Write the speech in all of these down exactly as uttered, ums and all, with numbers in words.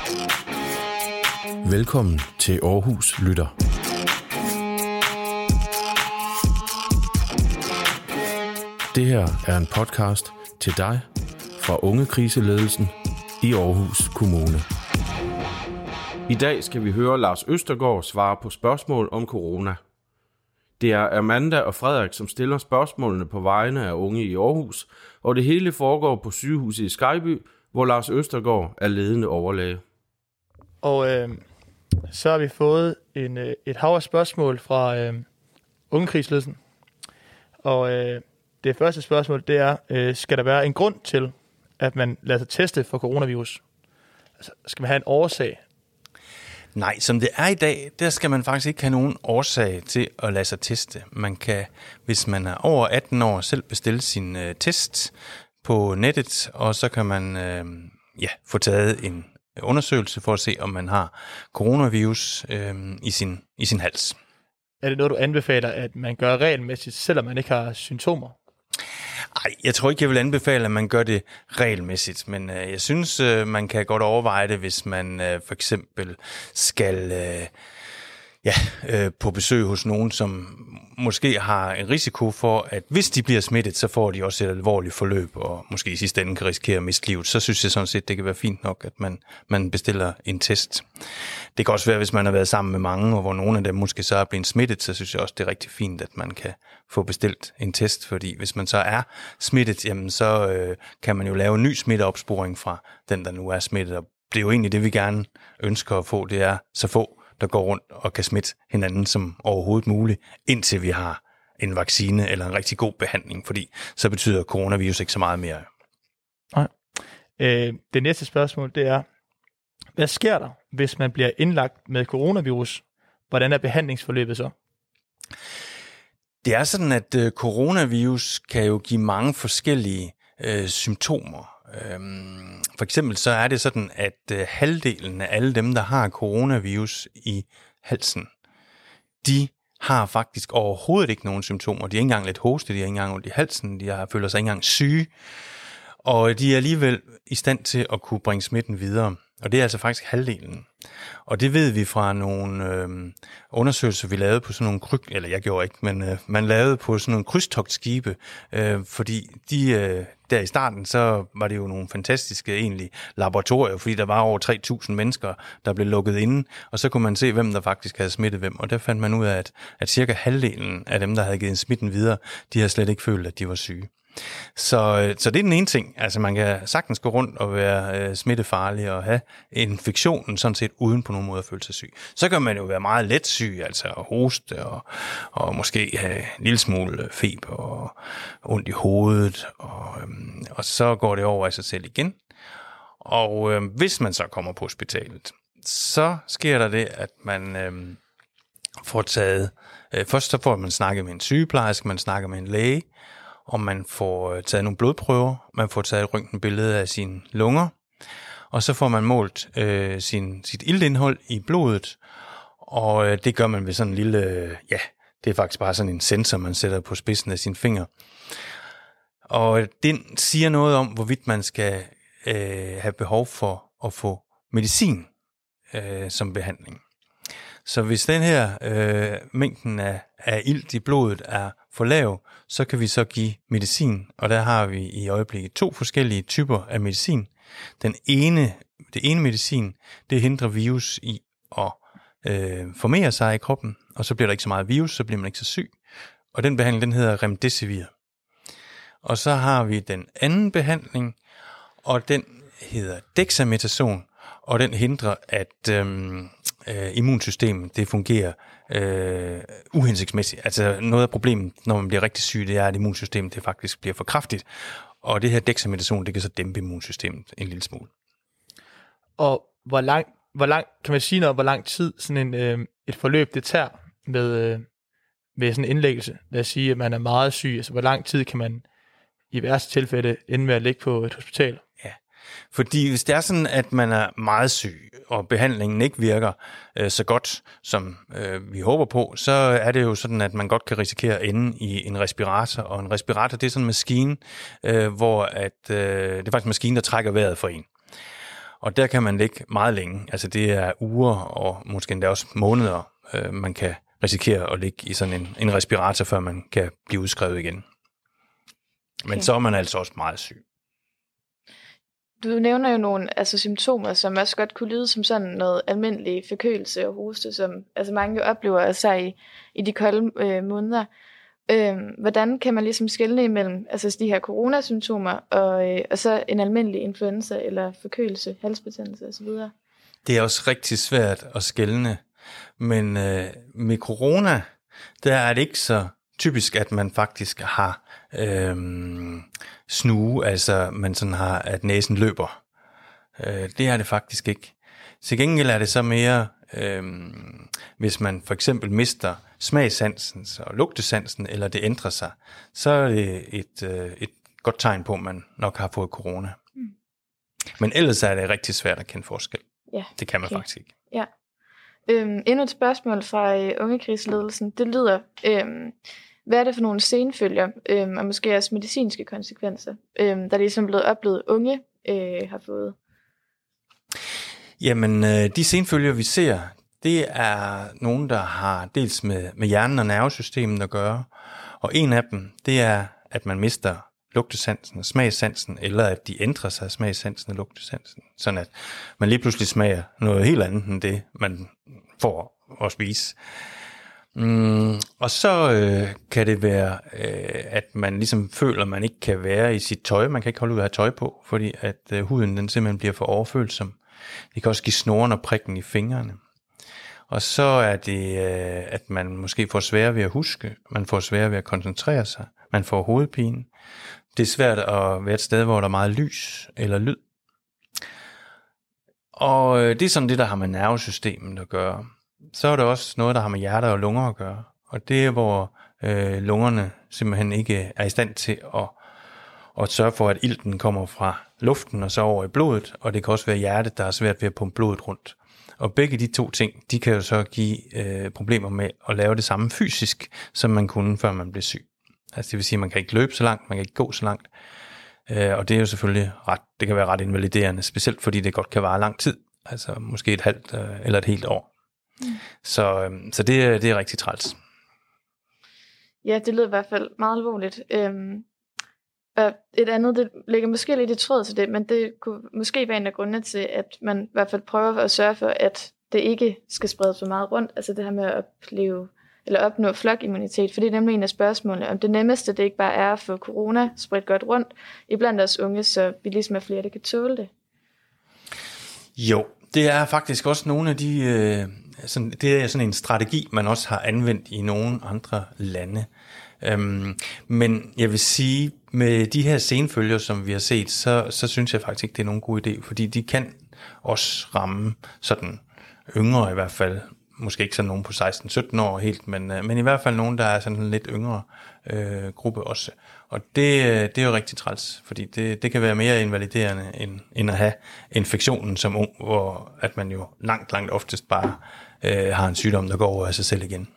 Velkommen til Aarhus Lytter. Det her er en podcast til dig fra Ungekriseledelsen i Aarhus Kommune. I dag skal vi høre Lars Østergaard svare på spørgsmål om corona. Det er Amanda og Frederik, som stiller spørgsmålene på vegne af unge i Aarhus, og det hele foregår på sygehuset i Skejby, hvor Lars Østergaard er ledende overlæge. Og øh, så har vi fået en, øh, et hav af spørgsmål fra øh, Ungekriseledelsen. Og øh, det første spørgsmål, det er, øh, skal der være en grund til, at man lader sig teste for coronavirus? Altså, skal man have en årsag? Nej, som det er i dag, der skal man faktisk ikke have nogen årsag til at lade sig teste. Man kan, hvis man er over atten år, selv bestille sin øh, test på nettet, og så kan man øh, ja, få taget en undersøgelse for at se, om man har coronavirus øh, i, sin, i sin hals. Er det noget, du anbefaler, at man gør regelmæssigt, selvom man ikke har symptomer? Nej, jeg tror ikke, jeg vil anbefale, at man gør det regelmæssigt, men øh, jeg synes, øh, man kan godt overveje det, hvis man øh, for eksempel skal øh, ja, øh, på besøg hos nogen, som måske har en risiko for, at hvis de bliver smittet, så får de også et alvorligt forløb, og måske i sidste ende kan risikere at miste livet. Så synes jeg sådan set, det kan være fint nok, at man, man bestiller en test. Det kan også være, hvis man har været sammen med mange, og hvor nogle af dem måske så er blevet smittet, så synes jeg også, det er rigtig fint, at man kan få bestilt en test, fordi hvis man så er smittet, jamen så øh, kan man jo lave en ny smitteopsporing fra den, der nu er smittet. Og det er jo egentlig det, vi gerne ønsker at få, det er så få, der går rundt og kan smitte hinanden som overhovedet muligt, indtil vi har en vaccine eller en rigtig god behandling, fordi så betyder coronavirus ikke så meget mere. Nej. Øh, det næste spørgsmål, det er, hvad sker der, hvis man bliver indlagt med coronavirus? Hvordan er behandlingsforløbet så? Det er sådan, at øh, coronavirus kan jo give mange forskellige øh, symptomer. Øhm, for eksempel så er det sådan, at øh, halvdelen af alle dem, der har coronavirus i halsen, de har faktisk overhovedet ikke nogen symptomer. De er ikke engang lidt hoste, de er ikke engang ondt i halsen, de har, føler sig ikke engang syge, og de er alligevel i stand til at kunne bringe smitten videre. Og det er altså faktisk halvdelen. Og det ved vi fra nogle øh, undersøgelser, vi lavede på sådan nogle kryg, eller jeg gjorde ikke, men øh, man lavede på sådan nogle krydstogtskibe, øh, fordi de øh, der i starten, så var det jo nogle fantastiske egentlig laboratorier, fordi der var over tre tusind mennesker, der blev lukket inde, og så kunne man se, hvem der faktisk havde smittet hvem. Og der fandt man ud af, at, at cirka halvdelen af dem, der havde givet smitten videre, de havde slet ikke følt, at de var syge. Så, så det er den ene ting. Altså man kan sagtens gå rundt og være øh, smittefarlig og have infektionen sådan set uden på nogen måde at føle sig syg. Så kan man jo være meget let syg, altså hoste og, og måske have en lille smule feber og ondt i hovedet, og, øhm, og så går det over af sig selv igen. Og øh, hvis man så kommer på hospitalet, så sker der det, at man øh, får taget, øh, først så får man snakket med en sygeplejerske, man snakker med en læge, og man får taget nogle blodprøver, man får taget et røntgenbillede af sine lunger, og så får man målt øh, sin, sit iltindhold i blodet, og øh, det gør man ved sådan en lille, øh, ja, det er faktisk bare sådan en sensor, man sætter på spidsen af sine fingre. Og den siger noget om, hvorvidt man skal øh, have behov for at få medicin øh, som behandling. Så hvis den her øh, mængden af, af ilt i blodet er for lav, så kan vi så give medicin, og der har vi i øjeblikket to forskellige typer af medicin. Den ene, det ene medicin, det hindrer virus i at øh, formere sig i kroppen, og så bliver der ikke så meget virus, så bliver man ikke så syg. Og den behandling, den hedder Remdesivir. Og så har vi den anden behandling, og den hedder Dexamethason, og den hindrer, at øh, øh, immunsystemet det fungerer øh, uhensigtsmæssigt. Altså noget af problemet, når man bliver rigtig syg, det er, at immunsystemet det faktisk bliver for kraftigt. Og det her Dexamethason, det kan så dæmpe immunsystemet en lille smule. Og hvor lang, hvor lang kan man sige noget om, hvor lang tid sådan en, øh, et forløb det tager med, øh, med sådan en indlæggelse? Lad os sige, at man er meget syg. Altså hvor lang tid kan man i værste tilfælde ende med at ligge på et hospital? Ja, fordi hvis det er sådan, at man er meget syg, og behandlingen ikke virker øh, så godt, som øh, vi håber på, så er det jo sådan, at man godt kan risikere at ende i en respirator. Og en respirator, det er sådan en maskine, øh, hvor at, øh, det er faktisk en maskine, der trækker vejret for en. Og der kan man ligge meget længe. Altså det er uger og måske endda også måneder, øh, man kan risikere at ligge i sådan en, en respirator, før man kan blive udskrevet igen. Men okay. Så er man altså også meget syg. Du nævner jo nogle altså, symptomer, som også godt kunne lyde som sådan noget almindelig forkølelse og hoste, som altså, mange jo oplever altså, i, i de kolde øh, måneder. Øh, hvordan kan man ligesom skelne imellem altså, de her coronasymptomer og, øh, og så en almindelig influenza eller forkølelse, halsbetændelse osv.? Det er også rigtig svært at skelne, men øh, med corona, der er det ikke så typisk, at man faktisk har øhm, snue, altså man sådan har, at næsen løber. Øh, det er det faktisk ikke. Til gengæld er det så mere, øhm, hvis man for eksempel mister smagssansen og lugtesansen, eller det ændrer sig, så er det et, øh, et godt tegn på, at man nok har fået corona. Mm. Men ellers er det rigtig svært at kende forskel. Ja, det kan man okay. faktisk ikke. Ja. Øhm, endnu et spørgsmål fra øh, ungekrigsledelsen. Det lyder, øhm, hvad er det for nogle senfølger, øhm, og måske også medicinske konsekvenser, øhm, der ligesom er blevet oplevet unge øh, har fået? Jamen, øh, de senfølger, vi ser, det er nogen, der har dels med, med hjernen og nervesystemet at gøre, og en af dem, det er, at man mister lugtesansen og smagssansen, eller at de ændrer sig af smagssansen og lugtesansen, sådan at man lige pludselig smager noget helt andet end det, man får at spise. Mm, og så øh, kan det være, øh, at man ligesom føler, at man ikke kan være i sit tøj. Man kan ikke holde ud at have tøj på, fordi at øh, huden den simpelthen bliver for overfølsom. Det kan også give snoren og prikken i fingrene. Og så er det, øh, at man måske får sværere ved at huske. Man får sværere ved at koncentrere sig. Man får hovedpine. Det er svært at være et sted, hvor der er meget lys eller lyd. Og øh, det er sådan det, der har med nervesystemet at gøre. Så er der også noget, der har med hjerter og lunger at gøre. Og det er, hvor øh, lungerne simpelthen ikke er i stand til at, at sørge for, at ilten kommer fra luften og så over i blodet. Og det kan også være hjertet, der er svært ved at pumpe blodet rundt. Og begge de to ting, de kan jo så give øh, problemer med at lave det samme fysisk, som man kunne, før man blev syg. Altså det vil sige, at man kan ikke løbe så langt, man kan ikke gå så langt. Øh, og det er jo selvfølgelig ret, det kan være ret invaliderende, specielt fordi det godt kan vare lang tid. Altså måske et halvt øh, eller et helt år. Mm. Så, øh, så det, det er rigtig træls. Ja, det lyder i hvert fald meget alvorligt. Øhm, og et andet, det ligger måske lidt i tråd til det, men det kunne måske være en af grundene til, at man i hvert fald prøver at sørge for, at det ikke skal spredes så meget rundt. Altså det her med at opleve, eller opnå flokimmunitet, for det er nemlig en af spørgsmålene, om det nemmeste det ikke bare er at få corona spredt godt rundt iblandt os unge, så vi ligesom er flere, der kan tåle det. Jo, det er faktisk også nogle af de, øh, sådan, det er sådan en strategi, man også har anvendt i nogle andre lande. Øhm, men jeg vil sige, med de her senfølger, som vi har set, så, så synes jeg faktisk ikke, det er nogen god idé, fordi de kan også ramme sådan yngre i hvert fald. Måske ikke sådan nogen på seksten sytten år helt, men, men i hvert fald nogen, der er sådan en lidt yngre øh, gruppe også. Og det, det er jo rigtig træls, fordi det, det kan være mere invaliderende, end, end at have infektionen som ung, hvor at man jo langt, langt oftest bare øh, har en sygdom, der går over af sig selv igen.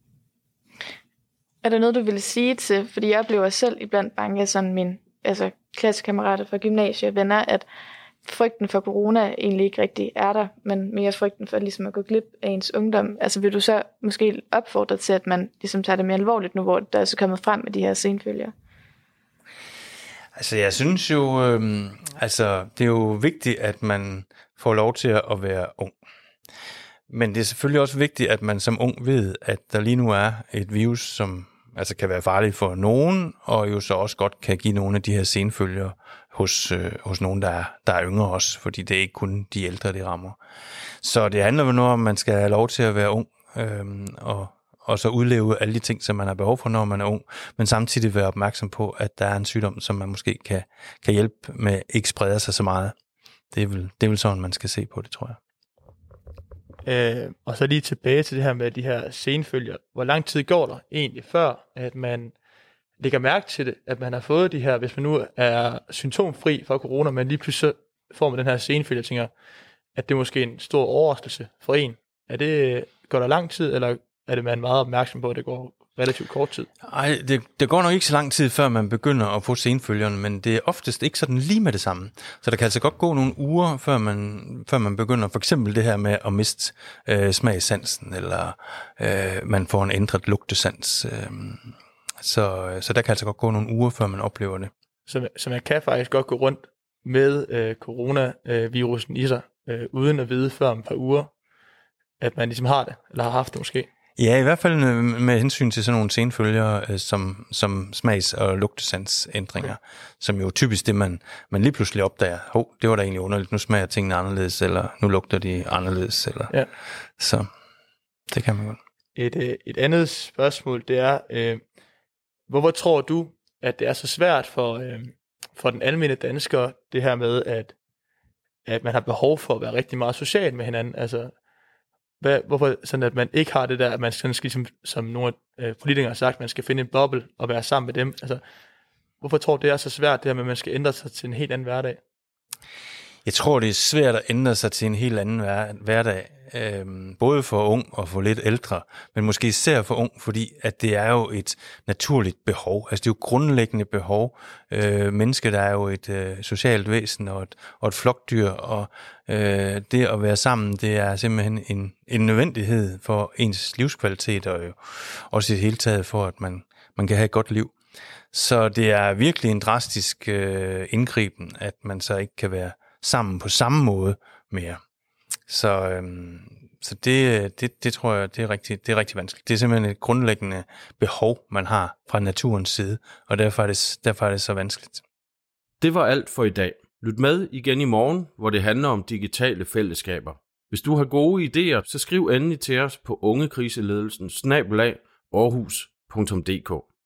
Er der noget, du ville sige til, fordi jeg oplever selv iblandt mange af sådan mine altså, klassekammerater fra gymnasiet venner, at frygten for corona egentlig ikke rigtig er der, men mere frygten for ligesom at gå glip af ens ungdom. Altså vil du så måske opfordre til, at man ligesom tager det mere alvorligt nu, hvor der er så kommet frem med de her senfølger? Altså jeg synes jo, øh, altså det er jo vigtigt, at man får lov til at være ung. Men det er selvfølgelig også vigtigt, at man som ung ved, at der lige nu er et virus, som altså kan være farligt for nogen, og jo så også godt kan give nogle af de her senfølger hos, øh, hos nogen, der er, der er yngre også, fordi det er ikke kun de ældre, det rammer. Så det handler jo nu om, at man skal have lov til at være ung, øh, og, og så udleve alle de ting, som man har behov for, når man er ung, men samtidig være opmærksom på, at der er en sygdom, som man måske kan, kan hjælpe med ikke spreder sig så meget. Det er, vel, det er vel sådan, man skal se på det, tror jeg. Øh, og så lige tilbage til det her med de her senfølger. Hvor lang tid går der egentlig før, at man lægger mærke til det, at man har fået de her, hvis man nu er symptomfri for corona, men lige pludselig får man den her senfølge, jeg tænker, at det er måske en stor overraskelse for en. Er det, går der lang tid, eller er det man meget opmærksom på, at det går relativt kort tid? Ej, det, det går nok ikke så lang tid, før man begynder at få senfølgerne, men det er oftest ikke sådan lige med det samme. Så der kan altså godt gå nogle uger, før man, før man begynder, for eksempel det her med at miste øh, smagssansen, eller øh, man får en ændret lugtesans. Øh, så, så der kan altså godt gå nogle uger, før man oplever det. Så, så man kan faktisk godt gå rundt med øh, coronavirusen i sig, øh, uden at vide før om et par uger, at man ligesom har det, eller har haft det måske? Ja, i hvert fald med hensyn til sådan nogle senfølger, som, som smags- og lugtesansændringer, okay. Som jo typisk det, man, man lige pludselig opdager. Hov, det var da egentlig underligt, nu smager tingene anderledes, eller nu lugter de anderledes. Eller. Ja. Så det kan man godt. Et, et andet spørgsmål, det er, øh, hvorfor tror du, at det er så svært for, øh, for den almene dansker, det her med, at, at man har behov for at være rigtig meget social med hinanden? Altså, hvad, hvorfor sådan, at man ikke har det der, at man skal, ligesom, som nogle øh, politikere har sagt, man skal finde en boble og være sammen med dem? Altså, hvorfor tror du, det er så svært, det her med, at man skal ændre sig til en helt anden hverdag? Jeg tror, det er svært at ændre sig til en helt anden hverdag, øhm, både for ung og for lidt ældre, men måske især for ung, fordi at det er jo et naturligt behov. Altså det er jo grundlæggende behov. Øh, mennesket er jo et øh, socialt væsen og et, og et flokdyr, og øh, det at være sammen, det er simpelthen en, en nødvendighed for ens livskvalitet, og jo også i det hele taget for, at man, man kan have et godt liv. Så det er virkelig en drastisk øh, indgriben, at man så ikke kan være sammen på samme måde mere. Så, øhm, så det, det, det tror jeg, det er, rigtig, det er rigtig vanskeligt. Det er simpelthen et grundlæggende behov, man har fra naturens side, og derfor er det, derfor er det så vanskeligt. Det var alt for i dag. Lyt med igen i morgen, hvor det handler om digitale fællesskaber. Hvis du har gode idéer, så skriv endelig til os på ungekriseledelsen snabel-a aarhus punktum d k.